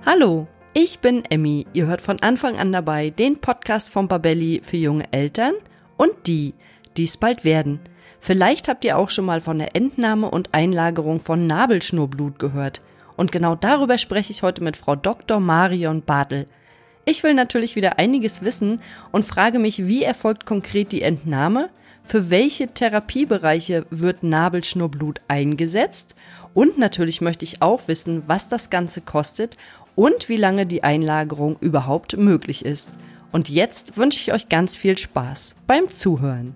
Hallo, ich bin Emmy. Ihr hört von Anfang an dabei den Podcast von Babelli für junge Eltern und die es bald werden. Vielleicht habt ihr auch schon mal von der Entnahme und Einlagerung von Nabelschnurblut gehört. Und genau darüber spreche ich heute mit Frau Dr. Marion Bartel. Ich will natürlich wieder einiges wissen und frage mich, wie erfolgt konkret die Entnahme? Für welche Therapiebereiche wird Nabelschnurblut eingesetzt? Und natürlich möchte ich auch wissen, was das Ganze kostet und wie lange die Einlagerung überhaupt möglich ist. Und jetzt wünsche ich euch ganz viel Spaß beim Zuhören.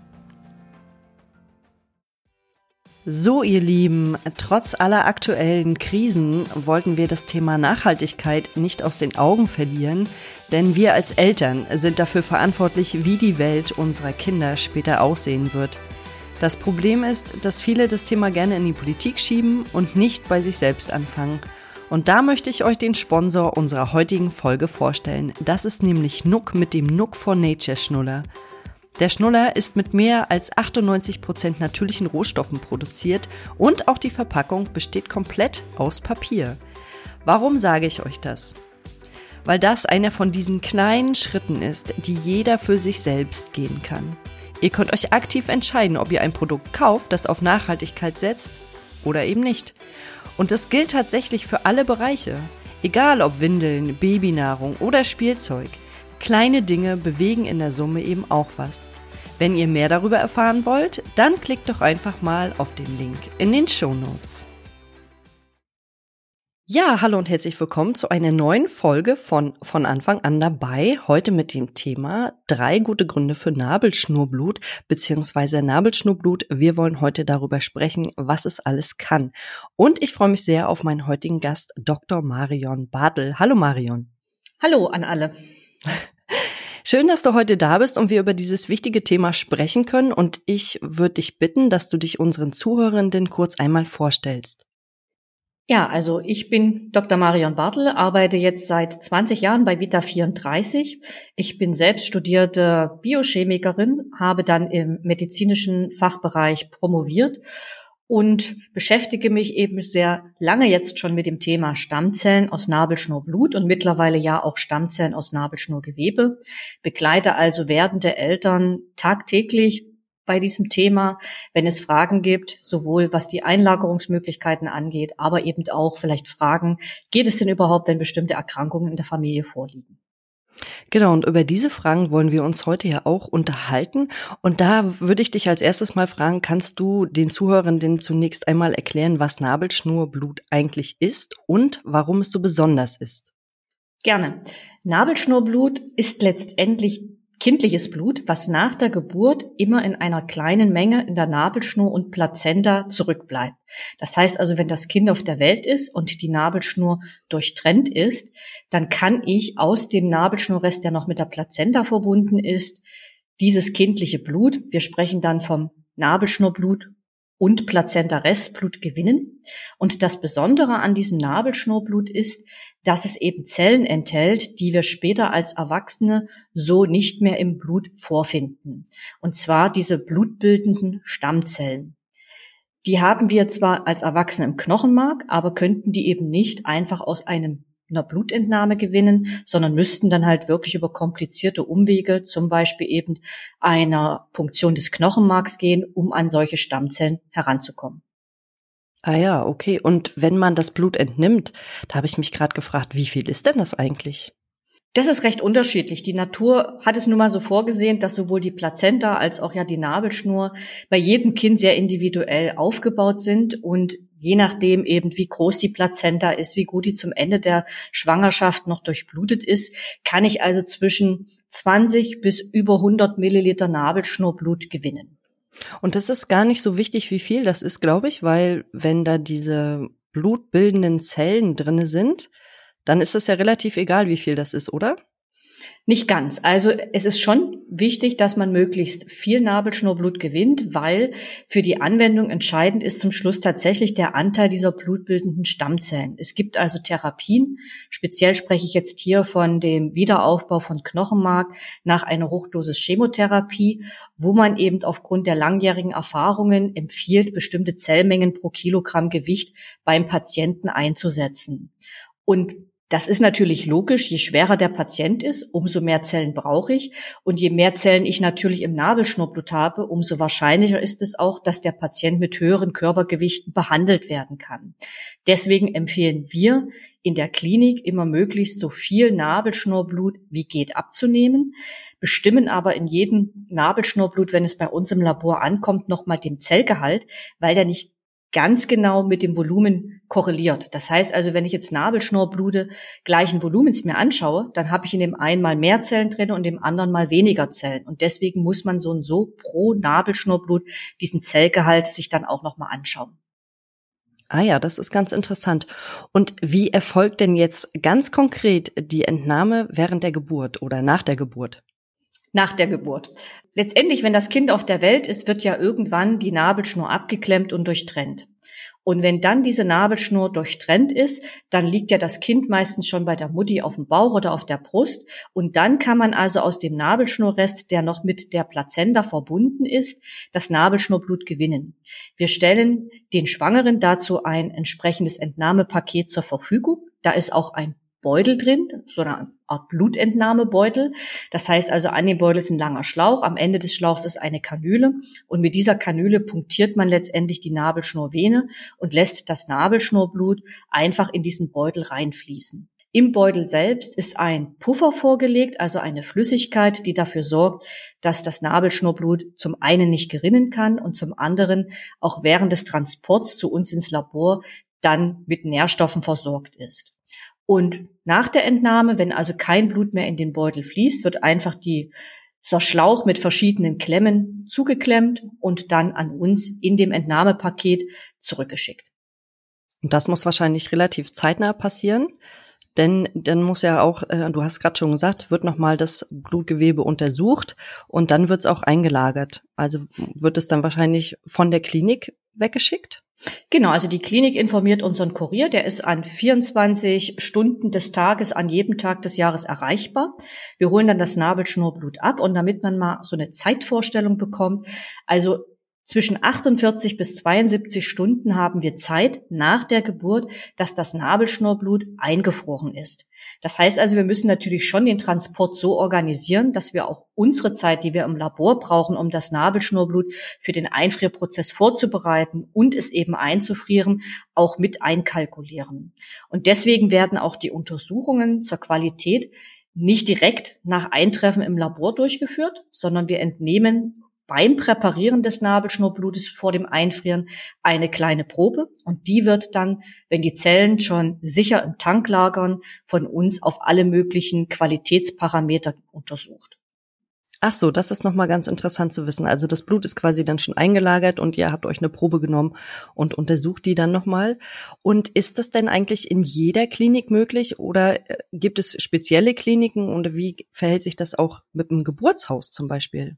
So, ihr Lieben, trotz aller aktuellen Krisen wollten wir das Thema Nachhaltigkeit nicht aus den Augen verlieren, denn wir als Eltern sind dafür verantwortlich, wie die Welt unserer Kinder später aussehen wird. Das Problem ist, dass viele das Thema gerne in die Politik schieben und nicht bei sich selbst anfangen. Und da möchte ich euch den Sponsor unserer heutigen Folge vorstellen. Das ist nämlich Nuuk mit dem Nuuk for Nature Schnuller. Der Schnuller ist mit mehr als 98% natürlichen Rohstoffen produziert und auch die Verpackung besteht komplett aus Papier. Warum sage ich euch das? Weil das einer von diesen kleinen Schritten ist, die jeder für sich selbst gehen kann. Ihr könnt euch aktiv entscheiden, ob ihr ein Produkt kauft, das auf Nachhaltigkeit setzt oder eben nicht. Und das gilt tatsächlich für alle Bereiche. Egal ob Windeln, Babynahrung oder Spielzeug. Kleine Dinge bewegen in der Summe eben auch was. Wenn ihr mehr darüber erfahren wollt, dann klickt doch einfach mal auf den Link in den Shownotes. Ja, hallo und herzlich willkommen zu einer neuen Folge von Anfang an dabei. Heute mit dem Thema 3 gute Gründe für Nabelschnurblut bzw. Nabelschnurblut. Wir wollen heute darüber sprechen, was es alles kann. Und ich freue mich sehr auf meinen heutigen Gast, Dr. Marion Bartel. Hallo Marion. Hallo an alle. Schön, dass du heute da bist und wir über dieses wichtige Thema sprechen können. Und ich würde dich bitten, dass du dich unseren Zuhörenden kurz einmal vorstellst. Ja, also ich bin Dr. Marion Bartel, arbeite jetzt seit 20 Jahren bei Vita34. Ich bin selbst studierte Biochemikerin, habe dann im medizinischen Fachbereich promoviert und beschäftige mich eben sehr lange jetzt schon mit dem Thema Stammzellen aus Nabelschnurblut und mittlerweile ja auch Stammzellen aus Nabelschnurgewebe, begleite also werdende Eltern tagtäglich bei diesem Thema, wenn es Fragen gibt, sowohl was die Einlagerungsmöglichkeiten angeht, aber eben auch vielleicht Fragen, geht es denn überhaupt, wenn bestimmte Erkrankungen in der Familie vorliegen? Genau, und über diese Fragen wollen wir uns heute ja auch unterhalten. Und da würde ich dich als erstes mal fragen, kannst du den Zuhörenden zunächst einmal erklären, was Nabelschnurblut eigentlich ist und warum es so besonders ist? Gerne. Nabelschnurblut ist letztendlich kindliches Blut, was nach der Geburt immer in einer kleinen Menge in der Nabelschnur und Plazenta zurückbleibt. Das heißt also, wenn das Kind auf der Welt ist und die Nabelschnur durchtrennt ist, dann kann ich aus dem Nabelschnurrest, der noch mit der Plazenta verbunden ist, dieses kindliche Blut, wir sprechen dann vom Nabelschnurblut und Plazenta-Restblut gewinnen. Und das Besondere an diesem Nabelschnurblut ist, dass es eben Zellen enthält, die wir später als Erwachsene so nicht mehr im Blut vorfinden. Und zwar diese blutbildenden Stammzellen. Die haben wir zwar als Erwachsene im Knochenmark, aber könnten die eben nicht einfach aus einer Blutentnahme gewinnen, sondern müssten dann halt wirklich über komplizierte Umwege, zum Beispiel eben einer Punktion des Knochenmarks gehen, um an solche Stammzellen heranzukommen. Ah ja, okay. Und wenn man das Blut entnimmt, da habe ich mich gerade gefragt, wie viel ist denn das eigentlich? Das ist recht unterschiedlich. Die Natur hat es nun mal so vorgesehen, dass sowohl die Plazenta als auch ja die Nabelschnur bei jedem Kind sehr individuell aufgebaut sind und je nachdem eben, wie groß die Plazenta ist, wie gut die zum Ende der Schwangerschaft noch durchblutet ist, kann ich also zwischen 20 bis über 100 Milliliter Nabelschnurblut gewinnen. Und das ist gar nicht so wichtig, wie viel das ist, glaube ich, weil wenn da diese blutbildenden Zellen drinne sind, dann ist es ja relativ egal, wie viel das ist, oder? Nicht ganz. Also es ist schon wichtig, dass man möglichst viel Nabelschnurblut gewinnt, weil für die Anwendung entscheidend ist zum Schluss tatsächlich der Anteil dieser blutbildenden Stammzellen. Es gibt also Therapien, speziell spreche ich jetzt hier von dem Wiederaufbau von Knochenmark nach einer Hochdosis Chemotherapie, wo man eben aufgrund der langjährigen Erfahrungen empfiehlt, bestimmte Zellmengen pro Kilogramm Gewicht beim Patienten einzusetzen. Und Das ist natürlich logisch. Je schwerer der Patient ist, umso mehr Zellen brauche ich. Und je mehr Zellen ich natürlich im Nabelschnurblut habe, umso wahrscheinlicher ist es auch, dass der Patient mit höheren Körpergewichten behandelt werden kann. Deswegen empfehlen wir in der Klinik immer möglichst so viel Nabelschnurblut wie geht abzunehmen, bestimmen aber in jedem Nabelschnurblut, wenn es bei uns im Labor ankommt, nochmal den Zellgehalt, weil der nicht ganz genau mit dem Volumen korreliert. Das heißt also, wenn ich jetzt Nabelschnurblute gleichen Volumens mir anschaue, dann habe ich in dem einen mal mehr Zellen drin und im anderen mal weniger Zellen. Und deswegen muss man so und so pro Nabelschnurblut diesen Zellgehalt sich dann auch nochmal anschauen. Ah ja, das ist ganz interessant. Und wie erfolgt denn jetzt ganz konkret die Entnahme während der Geburt oder nach der Geburt? Nach der Geburt. Letztendlich, wenn das Kind auf der Welt ist, wird ja irgendwann die Nabelschnur abgeklemmt und durchtrennt. Und wenn dann diese Nabelschnur durchtrennt ist, dann liegt ja das Kind meistens schon bei der Mutti auf dem Bauch oder auf der Brust. Und dann kann man also aus dem Nabelschnurrest, der noch mit der Plazenta verbunden ist, das Nabelschnurblut gewinnen. Wir stellen den Schwangeren dazu ein entsprechendes Entnahmepaket zur Verfügung. Da ist auch ein Beutel drin, so eine Art Blutentnahmebeutel. Das heißt also, an dem Beutel ist ein langer Schlauch, am Ende des Schlauchs ist eine Kanüle und mit dieser Kanüle punktiert man letztendlich die Nabelschnurvene und lässt das Nabelschnurblut einfach in diesen Beutel reinfließen. Im Beutel selbst ist ein Puffer vorgelegt, also eine Flüssigkeit, die dafür sorgt, dass das Nabelschnurblut zum einen nicht gerinnen kann und zum anderen auch während des Transports zu uns ins Labor dann mit Nährstoffen versorgt ist. Und nach der Entnahme, wenn also kein Blut mehr in den Beutel fließt, wird einfach dieser Schlauch mit verschiedenen Klemmen zugeklemmt und dann an uns in dem Entnahmepaket zurückgeschickt. Und das muss wahrscheinlich relativ zeitnah passieren, denn dann muss ja auch, du hast gerade schon gesagt, wird nochmal das Blutgewebe untersucht und dann wird es auch eingelagert. Also wird es dann wahrscheinlich von der Klinik weggeschickt? Genau, also die Klinik informiert unseren Kurier, der ist an 24 Stunden des Tages an jedem Tag des Jahres erreichbar. Wir holen dann das Nabelschnurblut ab und damit man mal so eine Zeitvorstellung bekommt, also zwischen 48 bis 72 Stunden haben wir Zeit nach der Geburt, dass das Nabelschnurblut eingefroren ist. Das heißt also, wir müssen natürlich schon den Transport so organisieren, dass wir auch unsere Zeit, die wir im Labor brauchen, um das Nabelschnurblut für den Einfrierprozess vorzubereiten und es eben einzufrieren, auch mit einkalkulieren. Und deswegen werden auch die Untersuchungen zur Qualität nicht direkt nach Eintreffen im Labor durchgeführt, sondern wir entnehmen beim Präparieren des Nabelschnurblutes vor dem Einfrieren eine kleine Probe und die wird dann, wenn die Zellen schon sicher im Tank lagern, von uns auf alle möglichen Qualitätsparameter untersucht. Ach so, das ist nochmal ganz interessant zu wissen. Also das Blut ist quasi dann schon eingelagert und ihr habt euch eine Probe genommen und untersucht die dann nochmal. Und ist das denn eigentlich in jeder Klinik möglich oder gibt es spezielle Kliniken und wie verhält sich das auch mit dem Geburtshaus zum Beispiel?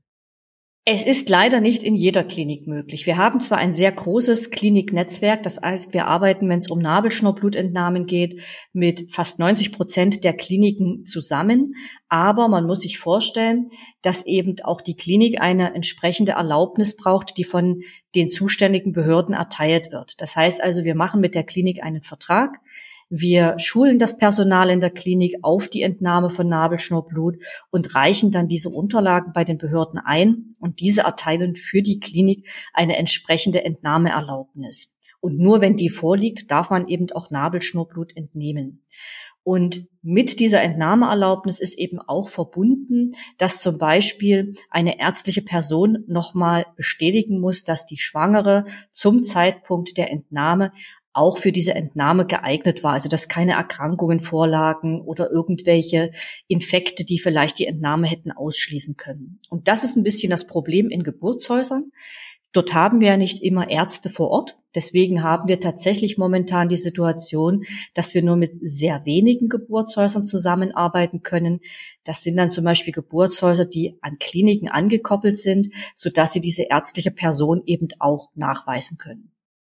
Es ist leider nicht in jeder Klinik möglich. Wir haben zwar ein sehr großes Kliniknetzwerk, das heißt, wir arbeiten, wenn es um Nabelschnurblutentnahmen geht, mit fast 90% der Kliniken zusammen, aber man muss sich vorstellen, dass eben auch die Klinik eine entsprechende Erlaubnis braucht, die von den zuständigen Behörden erteilt wird. Das heißt also, wir machen mit der Klinik einen Vertrag. Wir schulen das Personal in der Klinik auf die Entnahme von Nabelschnurblut und reichen dann diese Unterlagen bei den Behörden ein und diese erteilen für die Klinik eine entsprechende Entnahmeerlaubnis. Und nur wenn die vorliegt, darf man eben auch Nabelschnurblut entnehmen. Und mit dieser Entnahmeerlaubnis ist eben auch verbunden, dass zum Beispiel eine ärztliche Person nochmal bestätigen muss, dass die Schwangere zum Zeitpunkt der Entnahme auch für diese Entnahme geeignet war, also dass keine Erkrankungen vorlagen oder irgendwelche Infekte, die vielleicht die Entnahme hätten ausschließen können. Und das ist ein bisschen das Problem in Geburtshäusern. Dort haben wir ja nicht immer Ärzte vor Ort. Deswegen haben wir tatsächlich momentan die Situation, dass wir nur mit sehr wenigen Geburtshäusern zusammenarbeiten können. Das sind dann zum Beispiel Geburtshäuser, die an Kliniken angekoppelt sind, sodass sie diese ärztliche Person eben auch nachweisen können.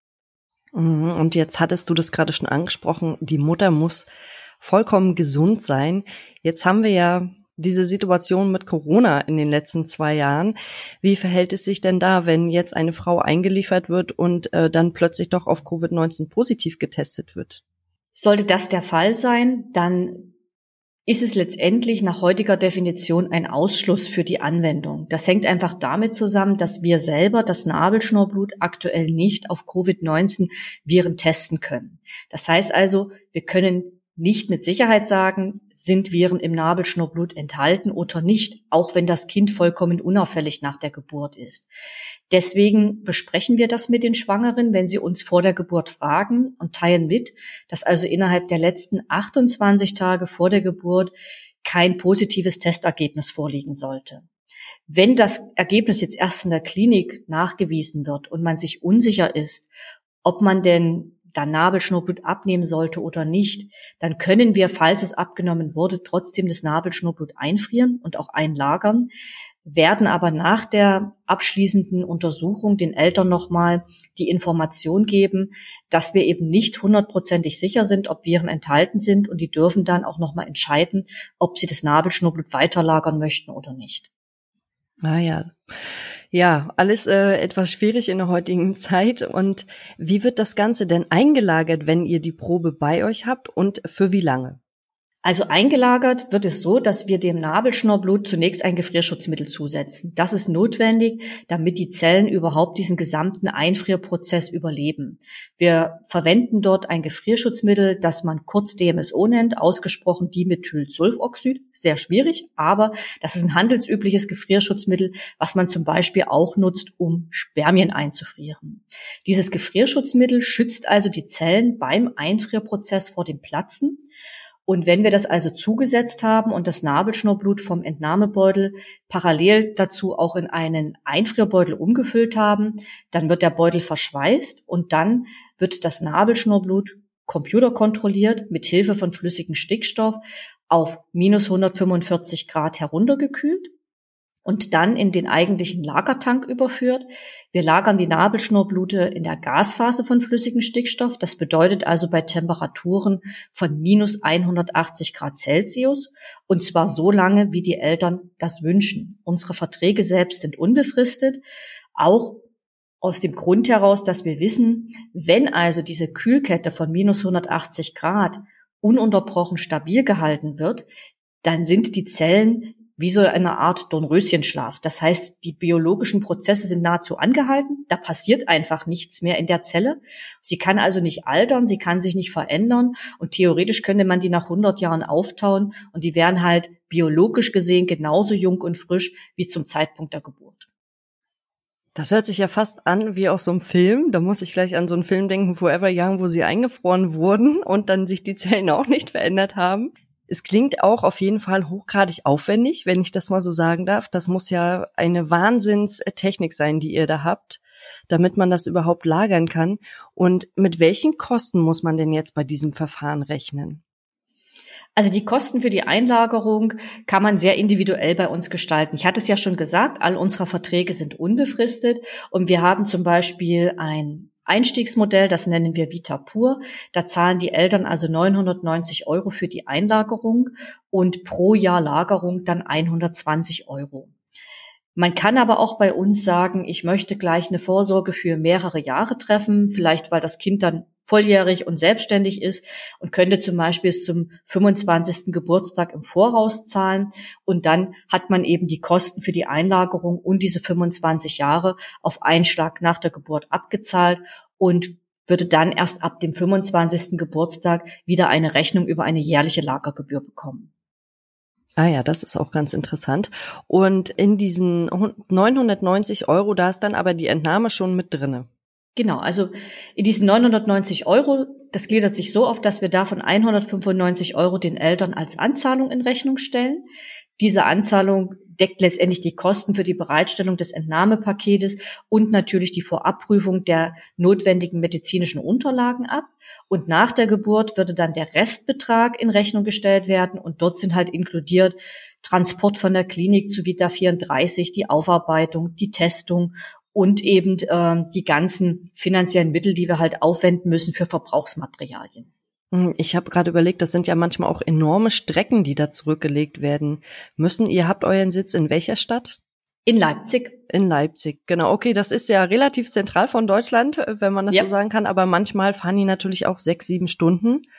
Und jetzt hattest du das gerade schon angesprochen, die Mutter muss vollkommen gesund sein. Jetzt haben wir ja diese Situation mit Corona in den letzten 2 Jahren. Wie verhält es sich denn da, wenn jetzt eine Frau eingeliefert wird und dann plötzlich doch auf Covid-19 positiv getestet wird? Sollte das der Fall sein, dann ist es letztendlich nach heutiger Definition ein Ausschluss für die Anwendung. Das hängt einfach damit zusammen, dass wir selber das Nabelschnurblut aktuell nicht auf Covid-19-Viren testen können. Das heißt also, wir können nicht mit Sicherheit sagen, sind Viren im Nabelschnurblut enthalten oder nicht, auch wenn das Kind vollkommen unauffällig nach der Geburt ist. Deswegen besprechen wir das mit den Schwangeren, wenn sie uns vor der Geburt fragen, und teilen mit, dass also innerhalb der letzten 28 Tage vor der Geburt kein positives Testergebnis vorliegen sollte. Wenn das Ergebnis jetzt erst in der Klinik nachgewiesen wird und man sich unsicher ist, ob man denn dann Nabelschnurblut abnehmen sollte oder nicht, dann können wir, falls es abgenommen wurde, trotzdem das Nabelschnurblut einfrieren und auch einlagern, werden aber nach der abschließenden Untersuchung den Eltern nochmal die Information geben, dass wir eben nicht 100%ig sicher sind, ob Viren enthalten sind, und die dürfen dann auch nochmal entscheiden, ob sie das Nabelschnurblut weiterlagern möchten oder nicht. Ah ja. Ja, alles etwas schwierig in der heutigen Zeit. Und wie wird das Ganze denn eingelagert, wenn ihr die Probe bei euch habt, und für wie lange? Also eingelagert wird es so, dass wir dem Nabelschnurblut zunächst ein Gefrierschutzmittel zusetzen. Das ist notwendig, damit die Zellen überhaupt diesen gesamten Einfrierprozess überleben. Wir verwenden dort ein Gefrierschutzmittel, das man kurz DMSO nennt, ausgesprochen Dimethylsulfoxid. Sehr schwierig, aber das ist ein handelsübliches Gefrierschutzmittel, was man zum Beispiel auch nutzt, um Spermien einzufrieren. Dieses Gefrierschutzmittel schützt also die Zellen beim Einfrierprozess vor dem Platzen. Und wenn wir das also zugesetzt haben und das Nabelschnurblut vom Entnahmebeutel parallel dazu auch in einen Einfrierbeutel umgefüllt haben, dann wird der Beutel verschweißt und dann wird das Nabelschnurblut computerkontrolliert mit Hilfe von flüssigem Stickstoff auf minus 145 Grad heruntergekühlt und dann in den eigentlichen Lagertank überführt. Wir lagern die Nabelschnurblute in der Gasphase von flüssigem Stickstoff. Das bedeutet also bei Temperaturen von minus 180 Grad Celsius, und zwar so lange, wie die Eltern das wünschen. Unsere Verträge selbst sind unbefristet, auch aus dem Grund heraus, dass wir wissen, wenn also diese Kühlkette von minus 180 Grad ununterbrochen stabil gehalten wird, dann sind die Zellen wie so eine Art Dornröschenschlaf. Das heißt, die biologischen Prozesse sind nahezu angehalten. Da passiert einfach nichts mehr in der Zelle. Sie kann also nicht altern, sie kann sich nicht verändern. Und theoretisch könnte man die nach 100 Jahren auftauen und die wären halt biologisch gesehen genauso jung und frisch wie zum Zeitpunkt der Geburt. Das hört sich ja fast an wie aus so einem Film. Da muss ich gleich an so einen Film denken, Forever Young, wo sie eingefroren wurden und dann sich die Zellen auch nicht verändert haben. Es klingt auch auf jeden Fall hochgradig aufwendig, wenn ich das mal so sagen darf. Das muss ja eine Wahnsinnstechnik sein, die ihr da habt, damit man das überhaupt lagern kann. Und mit welchen Kosten muss man denn jetzt bei diesem Verfahren rechnen? Also die Kosten für die Einlagerung kann man sehr individuell bei uns gestalten. Ich hatte es ja schon gesagt, all unsere Verträge sind unbefristet und wir haben zum Beispiel ein Einstiegsmodell, das nennen wir Vita Pur. Da zahlen die Eltern also 990 € für die Einlagerung und pro Jahr Lagerung dann 120 €. Man kann aber auch bei uns sagen, ich möchte gleich eine Vorsorge für mehrere Jahre treffen, vielleicht weil das Kind dann volljährig und selbstständig ist und könnte zum Beispiel bis zum 25. Geburtstag im Voraus zahlen und dann hat man eben die Kosten für die Einlagerung und diese 25 Jahre auf einen Schlag nach der Geburt abgezahlt und würde dann erst ab dem 25. Geburtstag wieder eine Rechnung über eine jährliche Lagergebühr bekommen. Ah ja, das ist auch ganz interessant. Und in diesen 990 €, da ist dann aber die Entnahme schon mit drinne. Genau, also in diesen 990 €, das gliedert sich so auf, dass wir davon 195 € den Eltern als Anzahlung in Rechnung stellen. Diese Anzahlung deckt letztendlich die Kosten für die Bereitstellung des Entnahmepaketes und natürlich die Vorabprüfung der notwendigen medizinischen Unterlagen ab. Und nach der Geburt würde dann der Restbetrag in Rechnung gestellt werden und dort sind halt inkludiert Transport von der Klinik zu Vita 34, die Aufarbeitung, die Testung und eben die ganzen finanziellen Mittel, die wir halt aufwenden müssen für Verbrauchsmaterialien. Ich habe gerade überlegt, das sind ja manchmal auch enorme Strecken, die da zurückgelegt werden müssen. Ihr habt euren Sitz in welcher Stadt? In Leipzig. In Leipzig, genau. Okay, das ist ja relativ zentral von Deutschland, wenn man das so sagen kann. Aber manchmal fahren die natürlich auch 6-7 Stunden.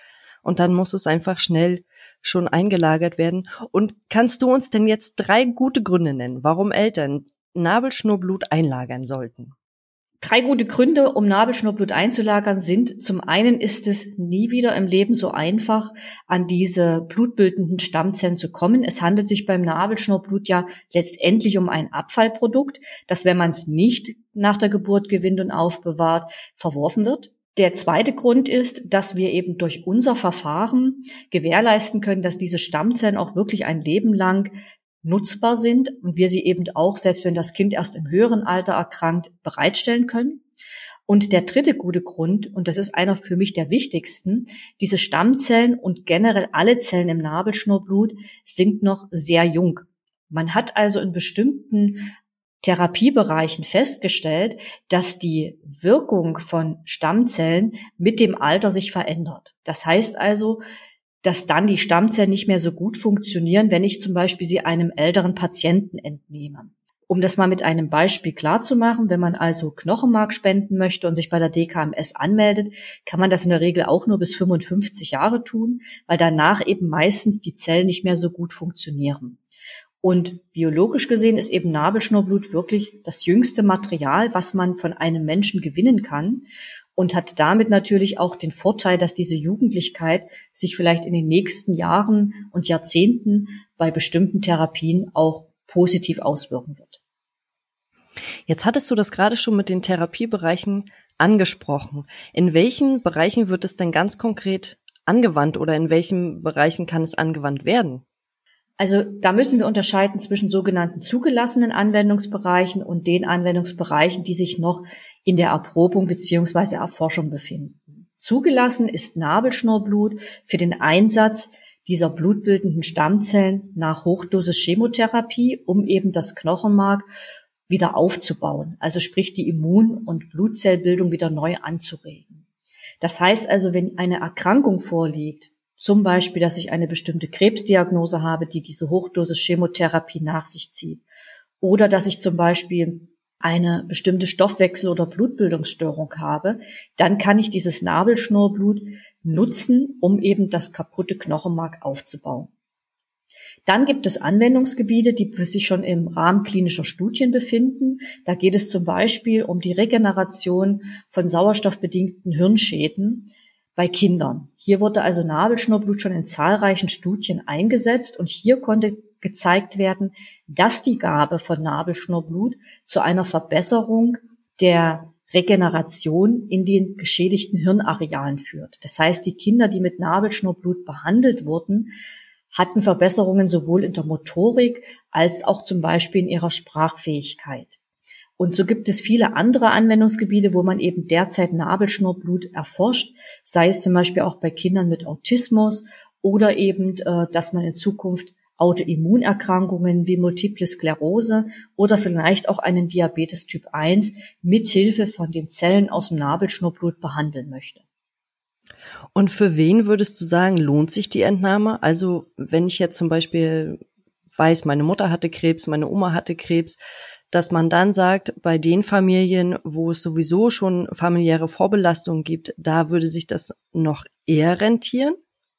und dann muss es einfach schnell schon eingelagert werden. Und kannst du uns denn jetzt 3 gute Gründe nennen, warum Eltern Nabelschnurblut einlagern sollten? 3 gute Gründe, um Nabelschnurblut einzulagern, sind: Zum einen ist es nie wieder im Leben so einfach, an diese blutbildenden Stammzellen zu kommen. Es handelt sich beim Nabelschnurblut ja letztendlich um ein Abfallprodukt, das, wenn man es nicht nach der Geburt gewinnt und aufbewahrt, verworfen wird. Der zweite Grund ist, dass wir eben durch unser Verfahren gewährleisten können, dass diese Stammzellen auch wirklich ein Leben lang nutzbar sind und wir sie eben auch, selbst wenn das Kind erst im höheren Alter erkrankt, bereitstellen können. Und der dritte gute Grund, und das ist einer für mich der wichtigsten: Diese Stammzellen und generell alle Zellen im Nabelschnurblut sind noch sehr jung. Man hat also in bestimmten Therapiebereichen festgestellt, dass die Wirkung von Stammzellen mit dem Alter sich verändert. Das heißt also, dass dann die Stammzellen nicht mehr so gut funktionieren, wenn ich zum Beispiel sie einem älteren Patienten entnehme. Um das mal mit einem Beispiel klarzumachen: Wenn man also Knochenmark spenden möchte und sich bei der DKMS anmeldet, kann man das in der Regel auch nur bis 55 Jahre tun, weil danach eben meistens die Zellen nicht mehr so gut funktionieren. Und biologisch gesehen ist eben Nabelschnurblut wirklich das jüngste Material, was man von einem Menschen gewinnen kann, und hat damit natürlich auch den Vorteil, dass diese Jugendlichkeit sich vielleicht in den nächsten Jahren und Jahrzehnten bei bestimmten Therapien auch positiv auswirken wird. Jetzt hattest du das gerade schon mit den Therapiebereichen angesprochen. In welchen Bereichen wird es denn ganz konkret angewandt oder in welchen Bereichen kann es angewandt werden? Also da müssen wir unterscheiden zwischen sogenannten zugelassenen Anwendungsbereichen und den Anwendungsbereichen, die sich noch in der Erprobung bzw. Erforschung befinden. Zugelassen ist Nabelschnurblut für den Einsatz dieser blutbildenden Stammzellen nach Hochdosis-Chemotherapie, um eben das Knochenmark wieder aufzubauen, also sprich die Immun- und Blutzellbildung wieder neu anzuregen. Das heißt also, wenn eine Erkrankung vorliegt, zum Beispiel, dass ich eine bestimmte Krebsdiagnose habe, die diese Hochdosis-Chemotherapie nach sich zieht, oder dass ich zum Beispiel eine bestimmte Stoffwechsel- oder Blutbildungsstörung habe, dann kann ich dieses Nabelschnurblut nutzen, um eben das kaputte Knochenmark aufzubauen. Dann gibt es Anwendungsgebiete, die sich schon im Rahmen klinischer Studien befinden. Da geht es zum Beispiel um die Regeneration von sauerstoffbedingten Hirnschäden bei Kindern. Hier wurde also Nabelschnurblut schon in zahlreichen Studien eingesetzt und hier konnte gezeigt werden, dass die Gabe von Nabelschnurblut zu einer Verbesserung der Regeneration in den geschädigten Hirnarealen führt. Das heißt, die Kinder, die mit Nabelschnurblut behandelt wurden, hatten Verbesserungen sowohl in der Motorik als auch zum Beispiel in ihrer Sprachfähigkeit. Und so gibt es viele andere Anwendungsgebiete, wo man eben derzeit Nabelschnurblut erforscht, sei es zum Beispiel auch bei Kindern mit Autismus oder eben, dass man in Zukunft Autoimmunerkrankungen wie Multiple Sklerose oder vielleicht auch einen Diabetes Typ 1 mithilfe von den Zellen aus dem Nabelschnurblut behandeln möchte. Und für wen würdest du sagen, lohnt sich die Entnahme? Also wenn ich jetzt zum Beispiel weiß, meine Mutter hatte Krebs, meine Oma hatte Krebs, dass man dann sagt, bei den Familien, wo es sowieso schon familiäre Vorbelastungen gibt, da würde sich das noch eher rentieren?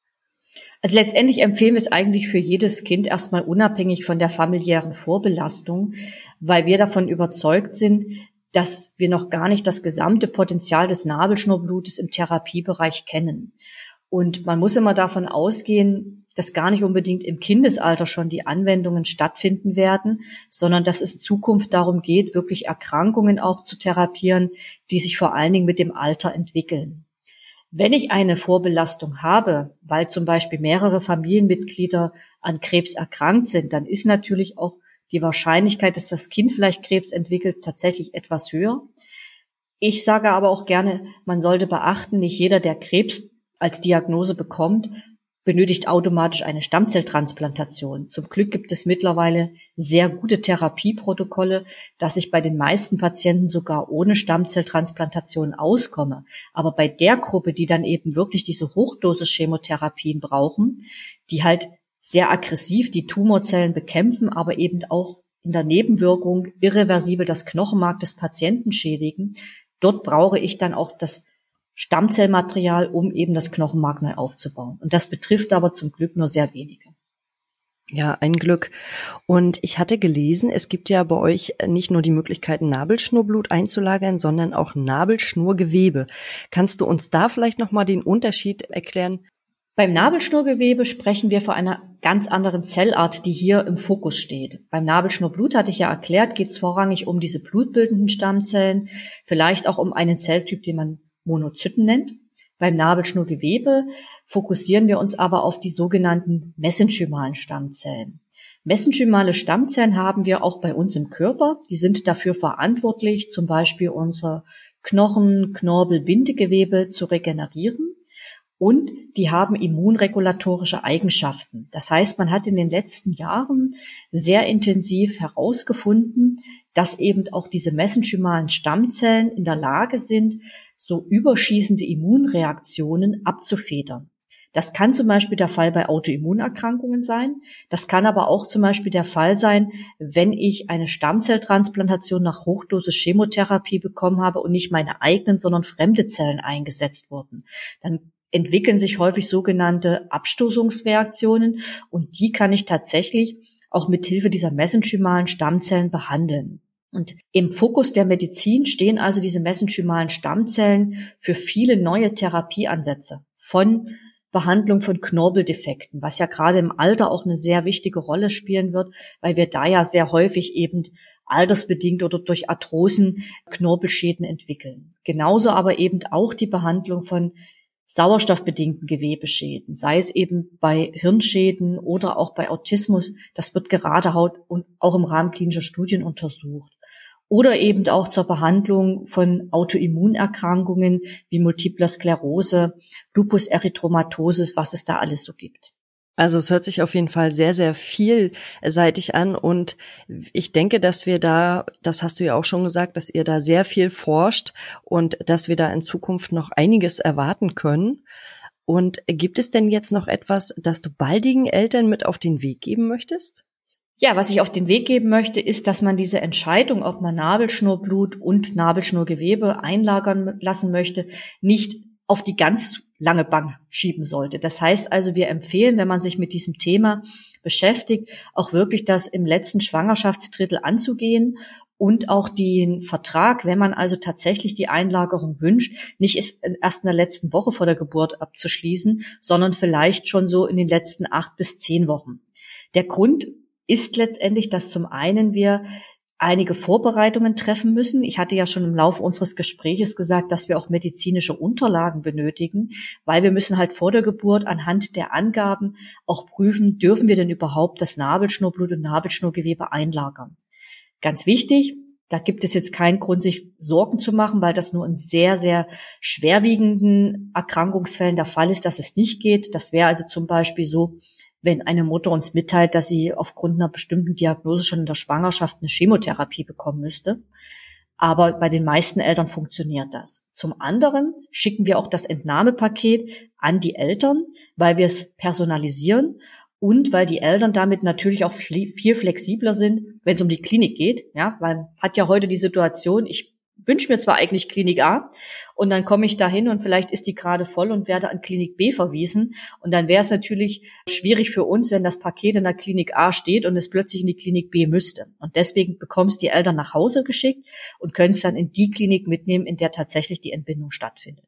Also letztendlich empfehlen wir es eigentlich für jedes Kind erstmal unabhängig von der familiären Vorbelastung, weil wir davon überzeugt sind, dass wir noch gar nicht das gesamte Potenzial des Nabelschnurblutes im Therapiebereich kennen. Und man muss immer davon ausgehen, dass gar nicht unbedingt im Kindesalter schon die Anwendungen stattfinden werden, sondern dass es in Zukunft darum geht, wirklich Erkrankungen auch zu therapieren, die sich vor allen Dingen mit dem Alter entwickeln. Wenn ich eine Vorbelastung habe, weil zum Beispiel mehrere Familienmitglieder an Krebs erkrankt sind, dann ist natürlich auch die Wahrscheinlichkeit, dass das Kind vielleicht Krebs entwickelt, tatsächlich etwas höher. Ich sage aber auch gerne, man sollte beachten, nicht jeder, der Krebs als Diagnose bekommt, benötigt automatisch eine Stammzelltransplantation. Zum Glück gibt es mittlerweile sehr gute Therapieprotokolle, dass ich bei den meisten Patienten sogar ohne Stammzelltransplantation auskomme. Aber bei der Gruppe, die dann eben wirklich diese Hochdosis-Chemotherapien brauchen, die halt sehr aggressiv die Tumorzellen bekämpfen, aber eben auch in der Nebenwirkung irreversibel das Knochenmark des Patienten schädigen, dort brauche ich dann auch das Stammzellmaterial, um eben das Knochenmark neu aufzubauen. Und das betrifft aber zum Glück nur sehr wenige. Ja, ein Glück. Und ich hatte gelesen, es gibt ja bei euch nicht nur die Möglichkeit, Nabelschnurblut einzulagern, sondern auch Nabelschnurgewebe. Kannst du uns da vielleicht nochmal den Unterschied erklären? Beim Nabelschnurgewebe sprechen wir von einer ganz anderen Zellart, die hier im Fokus steht. Beim Nabelschnurblut, hatte ich ja erklärt, geht es vorrangig um diese blutbildenden Stammzellen, vielleicht auch um einen Zelltyp, den man Monozyten nennt. Beim Nabelschnurgewebe fokussieren wir uns aber auf die sogenannten mesenchymalen Stammzellen. Mesenchymale Stammzellen haben wir auch bei uns im Körper. Die sind dafür verantwortlich, zum Beispiel unser Knochen-, Knorpel-, Bindegewebe zu regenerieren. Und die haben immunregulatorische Eigenschaften. Das heißt, man hat in den letzten Jahren sehr intensiv herausgefunden, dass eben auch diese mesenchymalen Stammzellen in der Lage sind, so überschießende Immunreaktionen abzufedern. Das kann zum Beispiel der Fall bei Autoimmunerkrankungen sein. Das kann aber auch zum Beispiel der Fall sein, wenn ich eine Stammzelltransplantation nach Hochdosis Chemotherapie bekommen habe und nicht meine eigenen, sondern fremde Zellen eingesetzt wurden. Dann entwickeln sich häufig sogenannte Abstoßungsreaktionen und die kann ich tatsächlich auch mit Hilfe dieser mesenchymalen Stammzellen behandeln. Und im Fokus der Medizin stehen also diese mesenchymalen Stammzellen für viele neue Therapieansätze, von Behandlung von Knorpeldefekten, was ja gerade im Alter auch eine sehr wichtige Rolle spielen wird, weil wir da ja sehr häufig eben altersbedingt oder durch Arthrosen Knorpelschäden entwickeln. Genauso aber eben auch die Behandlung von sauerstoffbedingten Gewebeschäden, sei es eben bei Hirnschäden oder auch bei Autismus. Das wird gerade auch im Rahmen klinischer Studien untersucht. Oder eben auch zur Behandlung von Autoimmunerkrankungen wie Multipler Sklerose, Lupus erythematosus, was es da alles so gibt. Also es hört sich auf jeden Fall sehr, sehr vielseitig an und ich denke, dass wir da, das hast du ja auch schon gesagt, dass ihr da sehr viel forscht und dass wir da in Zukunft noch einiges erwarten können. Und gibt es denn jetzt noch etwas, das du baldigen Eltern mit auf den Weg geben möchtest? Ja, was ich auf den Weg geben möchte, ist, dass man diese Entscheidung, ob man Nabelschnurblut und Nabelschnurgewebe einlagern lassen möchte, nicht auf die ganz lange Bank schieben sollte. Das heißt also, wir empfehlen, wenn man sich mit diesem Thema beschäftigt, auch wirklich das im letzten Schwangerschaftsdrittel anzugehen und auch den Vertrag, wenn man also tatsächlich die Einlagerung wünscht, nicht erst in der letzten Woche vor der Geburt abzuschließen, sondern vielleicht schon so in den letzten 8 bis 10 Wochen. Der Grund ist letztendlich, dass zum einen wir einige Vorbereitungen treffen müssen. Ich hatte ja schon im Laufe unseres Gespräches gesagt, dass wir auch medizinische Unterlagen benötigen, weil wir müssen halt vor der Geburt anhand der Angaben auch prüfen, dürfen wir denn überhaupt das Nabelschnurblut und Nabelschnurgewebe einlagern. Ganz wichtig, da gibt es jetzt keinen Grund, sich Sorgen zu machen, weil das nur in sehr, sehr schwerwiegenden Erkrankungsfällen der Fall ist, dass es nicht geht. Das wäre also zum Beispiel so, wenn eine Mutter uns mitteilt, dass sie aufgrund einer bestimmten Diagnose schon in der Schwangerschaft eine Chemotherapie bekommen müsste. Aber bei den meisten Eltern funktioniert das. Zum anderen schicken wir auch das Entnahmepaket an die Eltern, weil wir es personalisieren und weil die Eltern damit natürlich auch viel flexibler sind, wenn es um die Klinik geht. Ja, weil man hat ja heute die Situation, ich wünsche mir zwar eigentlich Klinik A und dann komme ich da hin und vielleicht ist die gerade voll und werde an Klinik B verwiesen. Und dann wäre es natürlich schwierig für uns, wenn das Paket in der Klinik A steht und es plötzlich in die Klinik B müsste. Und deswegen bekommen es die Eltern nach Hause geschickt und können es dann in die Klinik mitnehmen, in der tatsächlich die Entbindung stattfindet.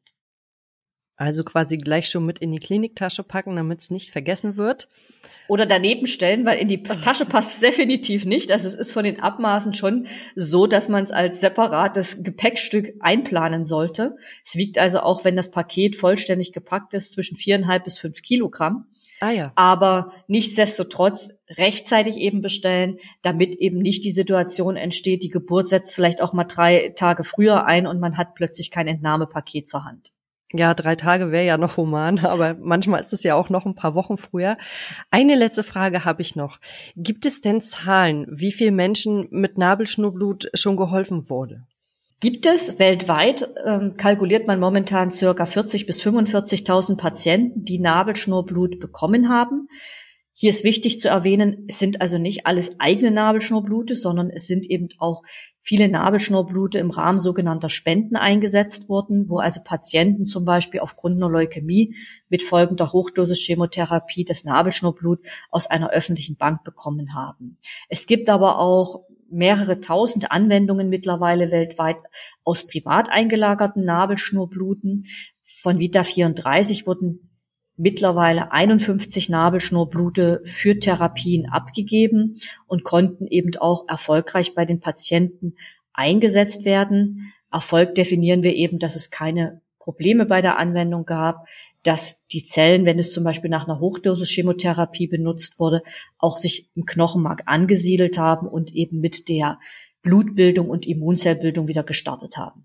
Also quasi gleich schon mit in die Kliniktasche packen, damit es nicht vergessen wird. Oder daneben stellen, weil in die Tasche passt es definitiv nicht. Also es ist von den Abmaßen schon so, dass man es als separates Gepäckstück einplanen sollte. Es wiegt also auch, wenn das Paket vollständig gepackt ist, zwischen 4,5 bis 5 Kilogramm. Ah ja. Aber nichtsdestotrotz rechtzeitig eben bestellen, damit eben nicht die Situation entsteht, die Geburt setzt vielleicht auch mal 3 Tage früher ein und man hat plötzlich kein Entnahmepaket zur Hand. Ja, 3 Tage wäre ja noch human, aber manchmal ist es ja auch noch ein paar Wochen früher. Eine letzte Frage habe ich noch. Gibt es denn Zahlen, wie viel Menschen mit Nabelschnurblut schon geholfen wurde? Gibt es weltweit, kalkuliert man momentan circa 40.000 bis 45.000 Patienten, die Nabelschnurblut bekommen haben. Hier ist wichtig zu erwähnen, es sind also nicht alles eigene Nabelschnurblute, sondern es sind eben auch viele Nabelschnurblute im Rahmen sogenannter Spenden eingesetzt worden, wo also Patienten zum Beispiel aufgrund einer Leukämie mit folgender Hochdosis-Chemotherapie das Nabelschnurblut aus einer öffentlichen Bank bekommen haben. Es gibt aber auch mehrere tausend Anwendungen mittlerweile weltweit aus privat eingelagerten Nabelschnurbluten. Von Vita34 wurden mittlerweile 51 Nabelschnurblute für Therapien abgegeben und konnten eben auch erfolgreich bei den Patienten eingesetzt werden. Erfolg definieren wir eben, dass es keine Probleme bei der Anwendung gab, dass die Zellen, wenn es zum Beispiel nach einer Hochdosis-Chemotherapie benutzt wurde, auch sich im Knochenmark angesiedelt haben und eben mit der Blutbildung und Immunzellbildung wieder gestartet haben.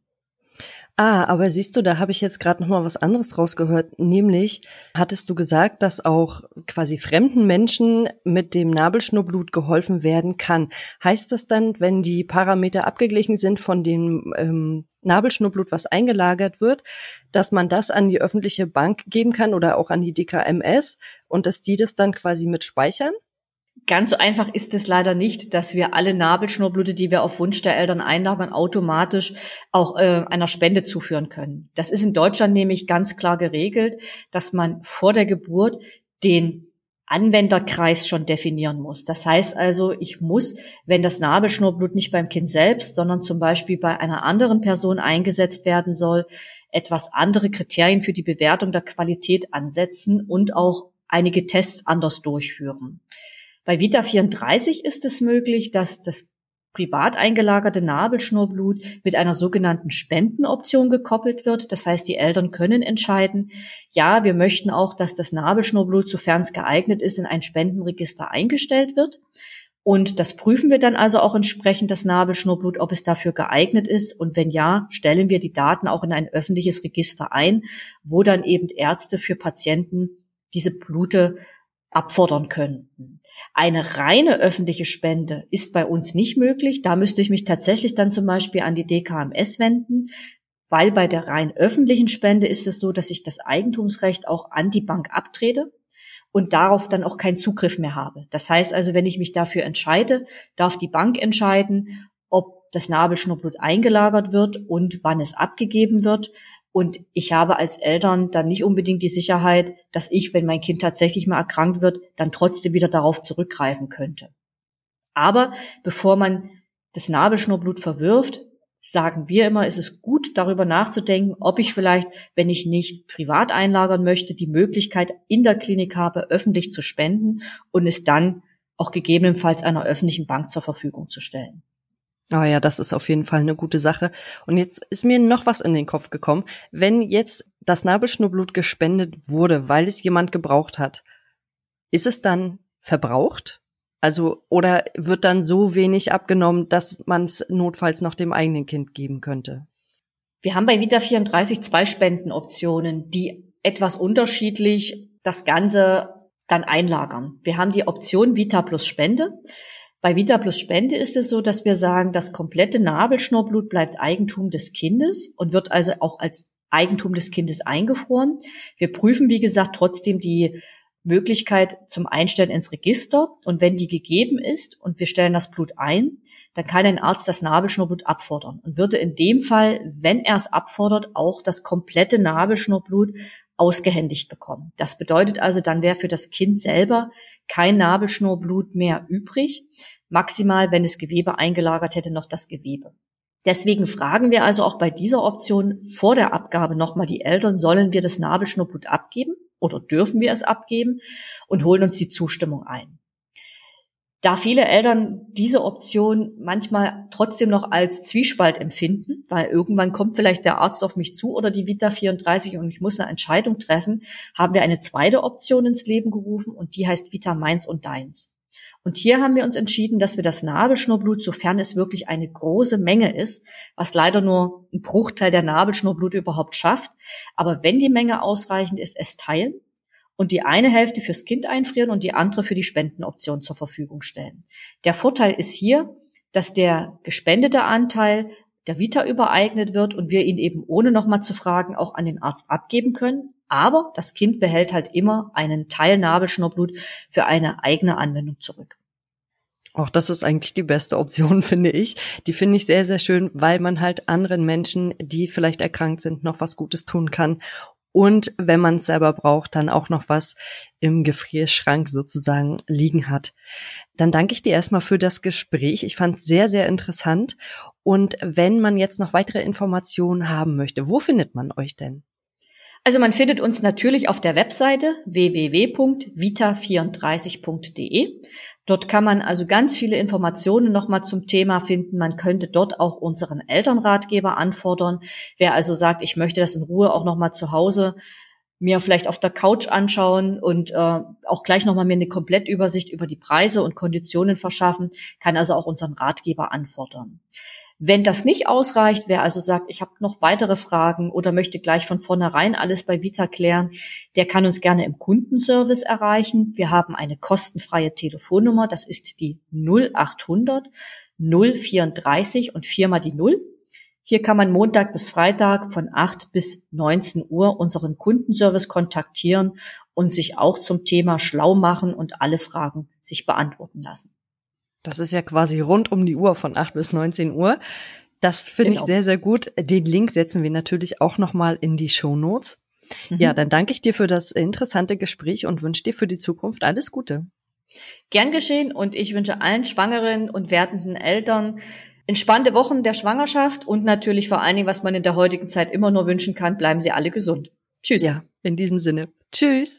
Aber siehst du, da habe ich jetzt gerade noch mal was anderes rausgehört, nämlich hattest du gesagt, dass auch quasi fremden Menschen mit dem Nabelschnurblut geholfen werden kann. Heißt das dann, wenn die Parameter abgeglichen sind von dem Nabelschnurblut, was eingelagert wird, dass man das an die öffentliche Bank geben kann oder auch an die DKMS und dass die das dann quasi mit speichern? Ganz so einfach ist es leider nicht, dass wir alle Nabelschnurblute, die wir auf Wunsch der Eltern einlagern, automatisch auch einer Spende zuführen können. Das ist in Deutschland nämlich ganz klar geregelt, dass man vor der Geburt den Anwenderkreis schon definieren muss. Das heißt also, ich muss, wenn das Nabelschnurblut nicht beim Kind selbst, sondern zum Beispiel bei einer anderen Person eingesetzt werden soll, etwas andere Kriterien für die Bewertung der Qualität ansetzen und auch einige Tests anders durchführen. Bei Vita34 ist es möglich, dass das privat eingelagerte Nabelschnurblut mit einer sogenannten Spendenoption gekoppelt wird. Das heißt, die Eltern können entscheiden, ja, wir möchten auch, dass das Nabelschnurblut, sofern es geeignet ist, in ein Spendenregister eingestellt wird. Und das prüfen wir dann also auch entsprechend, das Nabelschnurblut, ob es dafür geeignet ist. Und wenn ja, stellen wir die Daten auch in ein öffentliches Register ein, wo dann eben Ärzte für Patienten diese Blute abfordern könnten. Eine reine öffentliche Spende ist bei uns nicht möglich. Da müsste ich mich tatsächlich dann zum Beispiel an die DKMS wenden, weil bei der rein öffentlichen Spende ist es so, dass ich das Eigentumsrecht auch an die Bank abtrete und darauf dann auch keinen Zugriff mehr habe. Das heißt also, wenn ich mich dafür entscheide, darf die Bank entscheiden, ob das Nabelschnurblut eingelagert wird und wann es abgegeben wird. Und ich habe als Eltern dann nicht unbedingt die Sicherheit, dass ich, wenn mein Kind tatsächlich mal erkrankt wird, dann trotzdem wieder darauf zurückgreifen könnte. Aber bevor man das Nabelschnurblut verwirft, sagen wir immer, ist es gut, darüber nachzudenken, ob ich vielleicht, wenn ich nicht privat einlagern möchte, die Möglichkeit in der Klinik habe, öffentlich zu spenden und es dann auch gegebenenfalls einer öffentlichen Bank zur Verfügung zu stellen. Ja, das ist auf jeden Fall eine gute Sache. Und jetzt ist mir noch was in den Kopf gekommen. Wenn jetzt das Nabelschnurblut gespendet wurde, weil es jemand gebraucht hat, ist es dann verbraucht? Also, oder wird dann so wenig abgenommen, dass man es notfalls noch dem eigenen Kind geben könnte? Wir haben bei Vita34 2 Spendenoptionen, die etwas unterschiedlich das Ganze dann einlagern. Wir haben die Option Vita plus Spende. Bei Vita plus Spende ist es so, dass wir sagen, das komplette Nabelschnurblut bleibt Eigentum des Kindes und wird also auch als Eigentum des Kindes eingefroren. Wir prüfen, wie gesagt, trotzdem die Möglichkeit zum Einstellen ins Register. Und wenn die gegeben ist und wir stellen das Blut ein, dann kann ein Arzt das Nabelschnurblut abfordern und würde in dem Fall, wenn er es abfordert, auch das komplette Nabelschnurblut ausgehändigt bekommen. Das bedeutet also, dann wäre für das Kind selber kein Nabelschnurblut mehr übrig. Maximal, wenn es Gewebe eingelagert hätte, noch das Gewebe. Deswegen fragen wir also auch bei dieser Option vor der Abgabe nochmal die Eltern, sollen wir das Nabelschnurblut abgeben oder dürfen wir es abgeben, und holen uns die Zustimmung ein. Da viele Eltern diese Option manchmal trotzdem noch als Zwiespalt empfinden, weil irgendwann kommt vielleicht der Arzt auf mich zu oder die Vita34 und ich muss eine Entscheidung treffen, haben wir eine zweite Option ins Leben gerufen und die heißt Vita meins und deins. Und hier haben wir uns entschieden, dass wir das Nabelschnurblut, sofern es wirklich eine große Menge ist, was leider nur ein Bruchteil der Nabelschnurblute überhaupt schafft, aber wenn die Menge ausreichend ist, es teilen und die eine Hälfte fürs Kind einfrieren und die andere für die Spendenoption zur Verfügung stellen. Der Vorteil ist hier, dass der gespendete Anteil der Vita übereignet wird und wir ihn eben ohne nochmal zu fragen auch an den Arzt abgeben können. Aber das Kind behält halt immer einen Teil Nabelschnurblut für eine eigene Anwendung zurück. Auch das ist eigentlich die beste Option, finde ich. Die finde ich sehr, sehr schön, weil man halt anderen Menschen, die vielleicht erkrankt sind, noch was Gutes tun kann. Und wenn man es selber braucht, dann auch noch was im Gefrierschrank sozusagen liegen hat. Dann danke ich dir erstmal für das Gespräch. Ich fand es sehr, sehr interessant. Und wenn man jetzt noch weitere Informationen haben möchte, wo findet man euch denn? Also man findet uns natürlich auf der Webseite www.vita34.de. Dort kann man also ganz viele Informationen nochmal zum Thema finden. Man könnte dort auch unseren Elternratgeber anfordern. Wer also sagt, ich möchte das in Ruhe auch nochmal zu Hause mir vielleicht auf der Couch anschauen und auch gleich nochmal mir eine Komplettübersicht über die Preise und Konditionen verschaffen, kann also auch unseren Ratgeber anfordern. Wenn das nicht ausreicht, wer also sagt, ich habe noch weitere Fragen oder möchte gleich von vornherein alles bei Vita klären, der kann uns gerne im Kundenservice erreichen. Wir haben eine kostenfreie Telefonnummer, das ist die 0800 034 und 4 mal die 0. Hier kann man Montag bis Freitag von 8 bis 19 Uhr unseren Kundenservice kontaktieren und sich auch zum Thema schlau machen und alle Fragen sich beantworten lassen. Das ist ja quasi rund um die Uhr von 8 bis 19 Uhr. Das finde ich sehr, sehr gut. Den Link setzen wir natürlich auch nochmal in die Shownotes. Ja, dann danke ich dir für das interessante Gespräch und wünsche dir für die Zukunft alles Gute. Gern geschehen und ich wünsche allen schwangeren und werdenden Eltern entspannte Wochen der Schwangerschaft und natürlich vor allen Dingen, was man in der heutigen Zeit immer nur wünschen kann, bleiben Sie alle gesund. Tschüss. Ja, in diesem Sinne. Tschüss.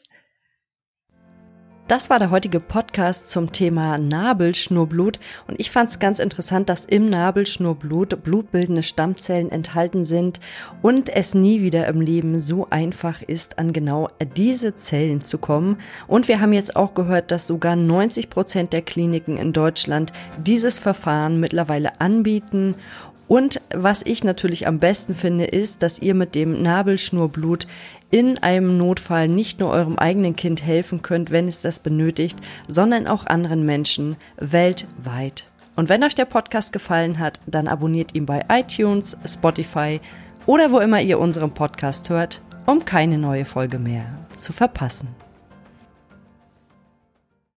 Das war der heutige Podcast zum Thema Nabelschnurblut und ich fand es ganz interessant, dass im Nabelschnurblut blutbildende Stammzellen enthalten sind und es nie wieder im Leben so einfach ist, an genau diese Zellen zu kommen. Und wir haben jetzt auch gehört, dass sogar 90% der Kliniken in Deutschland dieses Verfahren mittlerweile anbieten. Und was ich natürlich am besten finde, ist, dass ihr mit dem Nabelschnurblut in einem Notfall nicht nur eurem eigenen Kind helfen könnt, wenn es das benötigt, sondern auch anderen Menschen weltweit. Und wenn euch der Podcast gefallen hat, dann abonniert ihn bei iTunes, Spotify oder wo immer ihr unseren Podcast hört, um keine neue Folge mehr zu verpassen.